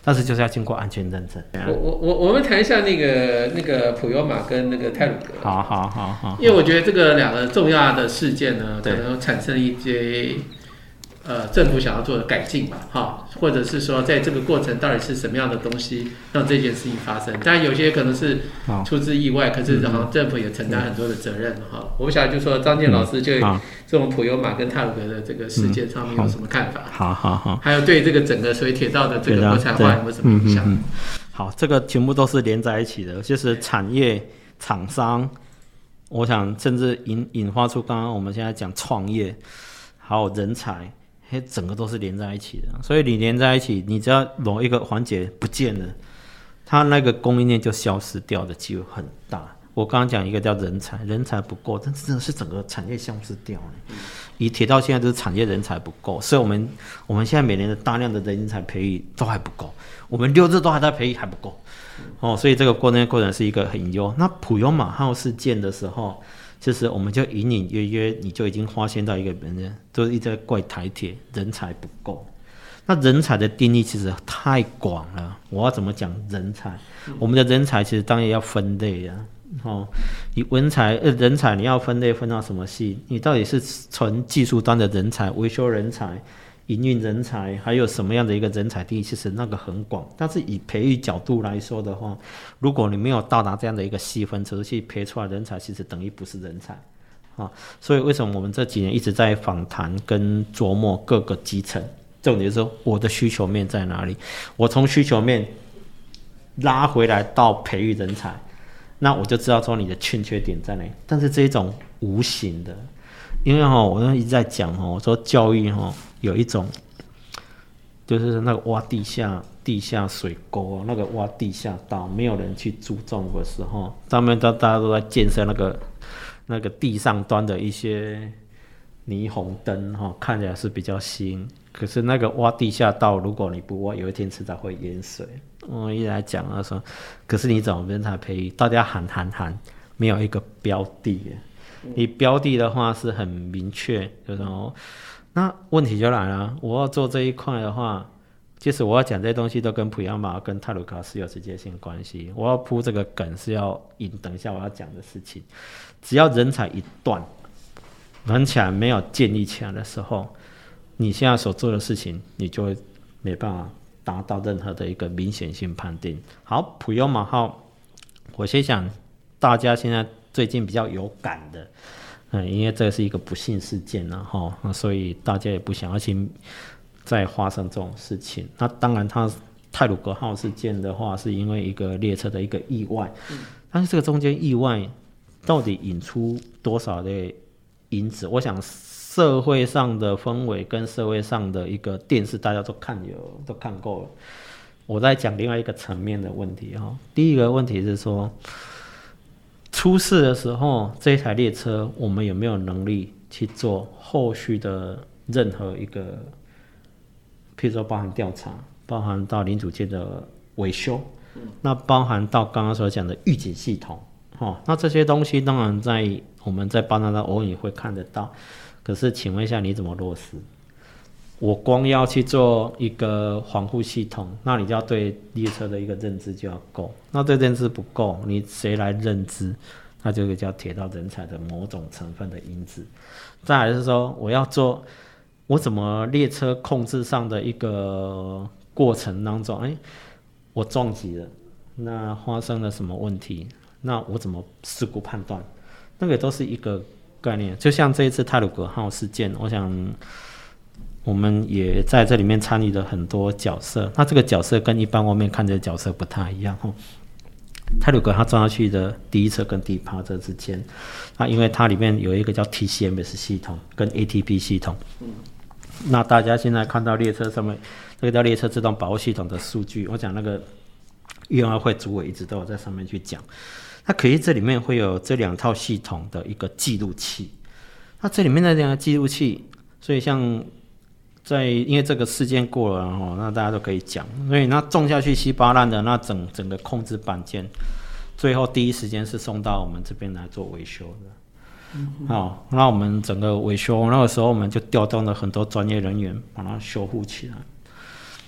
但是就是要经过安全认证。
我我我我们谈一下那个那个普悠玛跟那个太鲁阁。
好好好好。
因为我觉得这个两个重要的事件呢，可能产生一些呃政府想要做的改进吧，哈，或者是说在这个过程到底是什么样的东西让这件事情发生？当然有些可能是出自意外，可是好像政府也承担很多的责任哈。我不晓得就说张健老师对这种普悠玛跟太鲁阁的这个事件上面有什么看法？
好好好。
还有对这个整个所谓铁道的这个国产化有没有什么影响？
好，这个全部都是连在一起的，就是产业、厂商，我想甚至引引发出刚刚我们现在讲创业，还有人才，嘿，整个都是连在一起的。所以你连在一起，你只要某一个环节不见了，它那个供应链就消失掉的机会很大。我刚刚讲一个叫人才，人才不够，但是真的是整个产业消失掉了。以铁道现在就是产业人才不够，所以我们我们现在每年的大量的人才培育都还不够，我们六日都还在培育还不够，哦，所以这个过程过程是一个很隐忧。那普悠玛号事件的时候，其实我们就隐隐约约你就已经发现到一个人，就是一直在怪台铁人才不够。那人才的定义其实太广了，我要怎么讲人才？我们的人才其实当然要分类啊。哦，你文才呃人才你要分类分到什么系？你到底是纯技术端的人才、维修人才、营运人才，还有什么样的一个人才定义？其实那个很广。但是以培育角度来说的话，如果你没有到达这样的一个细分程度去培出来人才，其实等于不是人才。啊，所以为什么我们这几年一直在访谈跟琢磨各个基层？重点是说我的需求面在哪里？我从需求面拉回来到培育人才。那我就知道说你的欠缺点在哪里，但是这一种无形的，因为哈，我一直在讲哈，我说教育哈有一种，就是那个挖地下地下水沟那个挖地下道，没有人去注重的时候，上面大大家都在建设那个那个地上端的一些霓虹灯哈，看起来是比较新，可是那个挖地下道，如果你不挖，有一天迟早会淹水。我一直在讲啊，说，可是你怎么人才培育？大家喊喊喊，没有一个标的。你标的的话是很明确，就是说，那问题就来了。我要做这一块的话，其实我要讲这些东西都跟普悠玛、跟太鲁阁是有直接性关系。我要铺这个梗是要引等一下我要讲的事情。只要人才一断，人才没有建立起来的时候，你现在所做的事情，你就会没办法达到任何的一个明显性判定。好，普悠玛号，我先想大家现在最近比较有感的，嗯，因为这是一个不幸事件了哈，所以大家也不想要去再发生这种事情。那当然，它太鲁阁号事件的话，是因为一个列车的一个意外，但是这个中间意外到底引出多少的因子？我想社会上的氛围跟社会上的一个电视，大家都看有都看够了。我在讲另外一个层面的问题哈。第一个问题是说，出事的时候，这一台列车我们有没有能力去做后续的任何一个，譬如说包含调查，包含到零组件的维修，那包含到刚刚所讲的预警系统，哦，那这些东西当然在我们在报道上偶尔也会看得到。可是请问一下，你怎么落实？我光要去做一个防护系统，那你就要对列车的一个认知就要够。那对认知不够，你谁来认知？那这个叫铁道人才的某种成分的因子。再来是说，我要做我怎么列车控制上的一个过程当中，哎，我撞击了，那发生了什么问题？那我怎么事故判断？那个都是一个概念。就像这一次太鲁阁号事件，我想我们也在这里面参与了很多角色。那这个角色跟一般外面看的角色不太一样。太鲁阁它撞下去的第一车跟第一趴车之间，那因为它里面有一个叫 T C M S 系统跟 A T P 系统。那大家现在看到列车上面这个叫列车自动保护系统的数据，我讲那个运安会主委一直都有在上面去讲。那可是这里面会有这两套系统的一个记录器。那这里面的两个记录器，所以像在因为这个事件过了，那大家都可以讲，所以那种下去稀巴烂的那整整个控制板件，最后第一时间是送到我们这边来做维修的。嗯、好，那我们整个维修那个时候我们就调动了很多专业人员把它修复起来。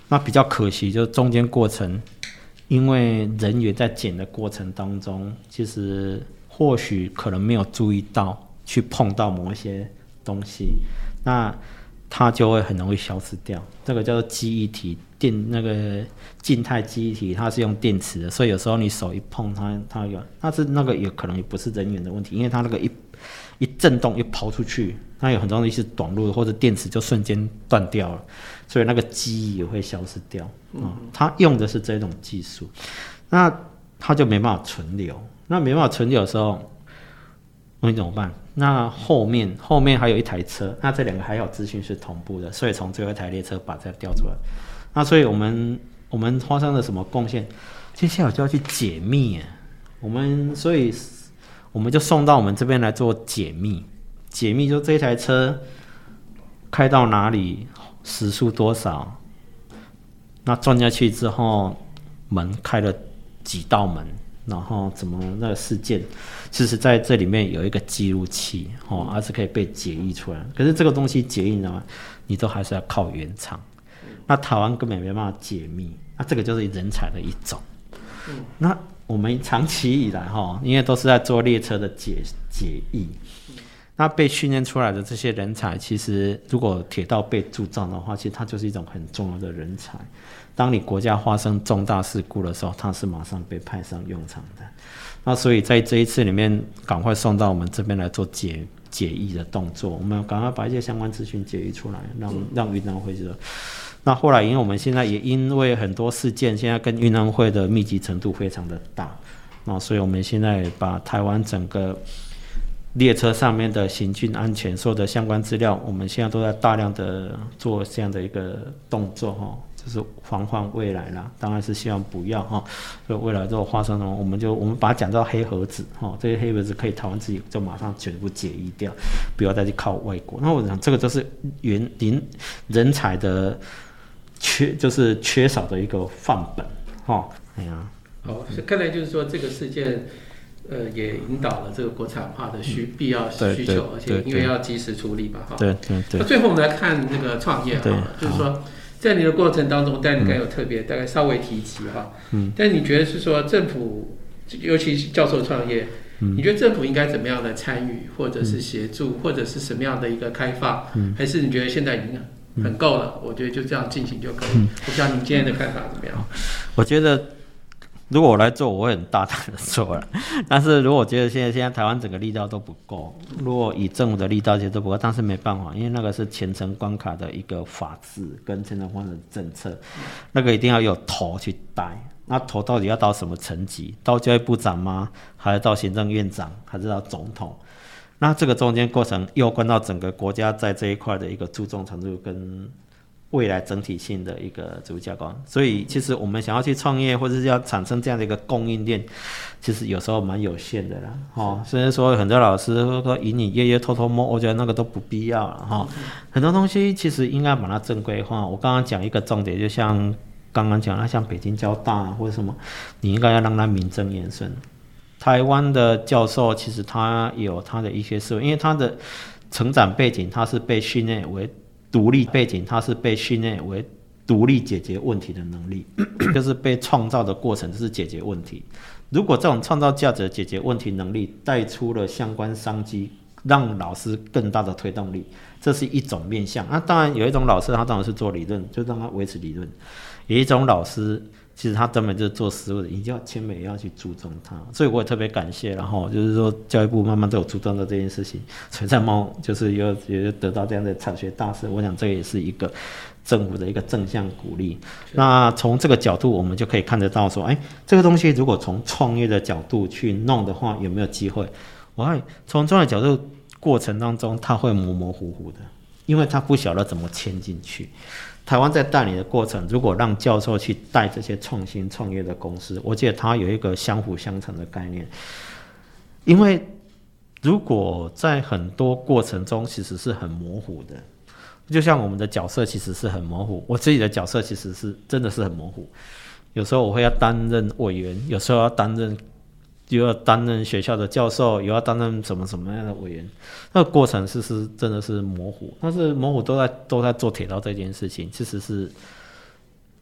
那比较可惜就是中间过程，因为人员在捡的过程当中，其实或许可能没有注意到去碰到某一些东西，那它就会很容易消失掉。这个叫做记忆体，电那个静态记忆体，它是用电池的，所以有时候你手一碰它，它有，但是那个也可能也不是人员的问题，因为它那个一一震动一抛出去，它有很多东西是短路的，或者电池就瞬间断掉了，所以那个记忆也会消失掉。嗯，它用的是这种技术，那它就没办法存留。那没办法存留的时候，那你怎么办？那后面后面还有一台车，那这两个还有资讯是同步的，所以从最后一台列车把这调出来。那所以我们我们发生了什么贡献？接下来就要去解密，我们所以我们就送到我们这边来做解密。解密就这一台车开到哪里，时速多少，那撞下去之后门开了几道门，然后怎么那个事件，其实在这里面有一个记录器，哦，而是可以被解译出来。可是这个东西解译呢，你都还是要靠原厂。那台湾根本没办法解密，那这个就是人才的一种。那我们长期以来哈，因为都是在做列车的解解译，那被训练出来的这些人才，其实如果铁道被铸造的话，其实它就是一种很重要的人才。当你国家发生重大事故的时候，它是马上被派上用场的。那所以在这一次里面，赶快送到我们这边来做解解译的动作，我们赶快把一些相关资讯解译出来，让让云南会知道。那后来因为我们现在也因为很多事件，现在跟云南会的密集程度非常的大，那所以我们现在把台湾整个列车上面的行进安全所有的相关资料，我们现在都在大量的做这样的一个动作哈，就是防范未来啦，当然是希望不要哈，所以未来如果发生了，我们就我们把它讲到黑盒子哈，这些黑盒子可以台湾自己就马上全部解译掉，不要再去靠外国。那我想这个就是原人人才的缺，就是缺少的一个范本哈。哎呀，
好，看来就是说这个事件。呃，也引导了这个国产化的需必要需求，而且因为要及时处理嘛，哈。对对对。那最后我们来看那个创业哈，就是说在你的过程当中，但你刚有特别、嗯、大概稍微提及哈，嗯，但你觉得是说政府，尤其是教授创业，嗯，你觉得政府应该怎么样的参与，或者是协助，嗯、或者是什么样的一个开放，嗯，还是你觉得现在已经很够了？我觉得就这样进行就可以。嗯、不知道您今天的看法怎么样？
我觉得。如果我来做，我会很大胆的做了。但是如果我觉得现在现在台湾整个力道都不够，如果以政府的力道其实都不够，但是没办法，因为那个是前程关卡的一个法制跟前程关卡的政策，那个一定要有头去带。那头到底要到什么层级？到教育部长吗？还是到行政院长？还是到总统？那这个中间过程又关到整个国家在这一块的一个注重程度跟。未来整体性的一个组织架构，所以其实我们想要去创业，或者是要产生这样的一个供应链，其实有时候蛮有限的啦。哈，虽然说很多老师说隐隐约约、偷偷摸，我觉得那个都不必要了哈。很多东西其实应该把它正规化。我刚刚讲一个重点，就像刚刚讲，那像北京交大或者什么，你应该要让它名正言顺。台湾的教授其实他有他的一些思维，因为他的成长背景，他是被训练为。独立背景，它是被训练为独立解决问题的能力，就是被创造的过程就是解决问题。如果这种创造价值的解决问题能力带出了相关商机，让老师更大的推动力，这是一种面向。那、啊、当然有一种老师，他当然是做理论，就让他维持理论；有一种老师，其实他根本就是做实务的，你就要千万也要去注重它。所以我也特别感谢，然后就是说教育部慢慢都有注重到这件事情，璀璨猫就是有也得到这样的产学大师，我想这也是一个政府的一个正向鼓励。那从这个角度，我们就可以看得到说，哎，这个东西如果从创业的角度去弄的话，有没有机会？我看从创业角度过程当中，它会模模糊糊的，因为他不晓得怎么牵进去。台湾在带领的过程，如果让教授去带这些创新创业的公司，我觉得它有一个相辅相成的概念。因为如果在很多过程中其实是很模糊的，就像我们的角色其实是很模糊，我自己的角色其实是真的是很模糊。有时候我会要担任委员，有时候要担任又要担任学校的教授，又要担任什么什么样的委员，那个过程是是真的是模糊，但是模糊都在都在做铁道这件事情，其实是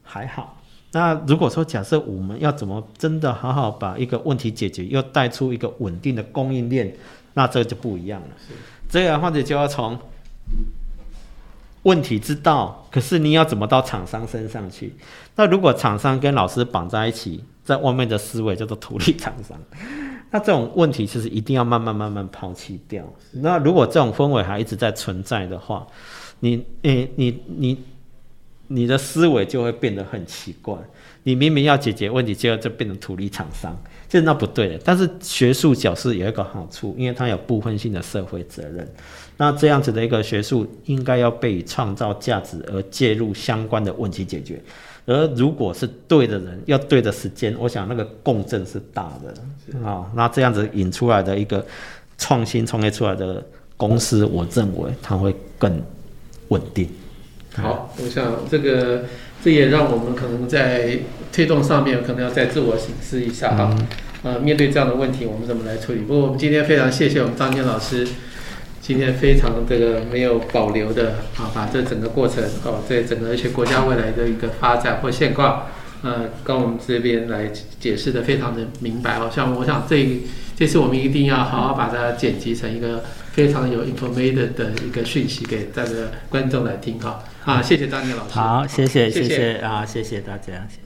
还好。那如果说假设我们要怎么真的好好把一个问题解决，又带出一个稳定的供应链，那这就不一样了。这个或者就要从问题知道，可是你要怎么到厂商身上去？那如果厂商跟老师绑在一起，在外面的思维叫做图利厂商，那这种问题其实一定要慢慢慢慢抛弃掉。那如果这种氛围还一直在存在的话，你你你你你的思维就会变得很奇怪。你明明要解决问题，结果就变成图利厂商，其实那不对的。但是学术角是有一个好处，因为它有部分性的社会责任。那这样子的一个学术应该要被创造价值而介入相关的问题解决。而如果是对的人，要对的时间，我想那个共振是大的啊、哦。那这样子引出来的一个创新创业出来的公司，我认为它会更稳定。
好，我想这个这也让我们可能在推动上面可能要再自我省思一下哈、嗯。呃，面对这样的问题，我们怎么来处理？不过我们今天非常谢谢我们张坚老师。今天非常这个没有保留的啊，把这整个过程哦，这整个而且国家未来的一个发展或现况，呃，跟我们这边来解释的非常的明白哦。像我想这这次我们一定要好好把它剪辑成一个非常有 informative 的一个讯息给大家观众来听哈。啊，谢谢张坚老师。
好，谢谢
谢谢
谢谢啊，谢谢大家。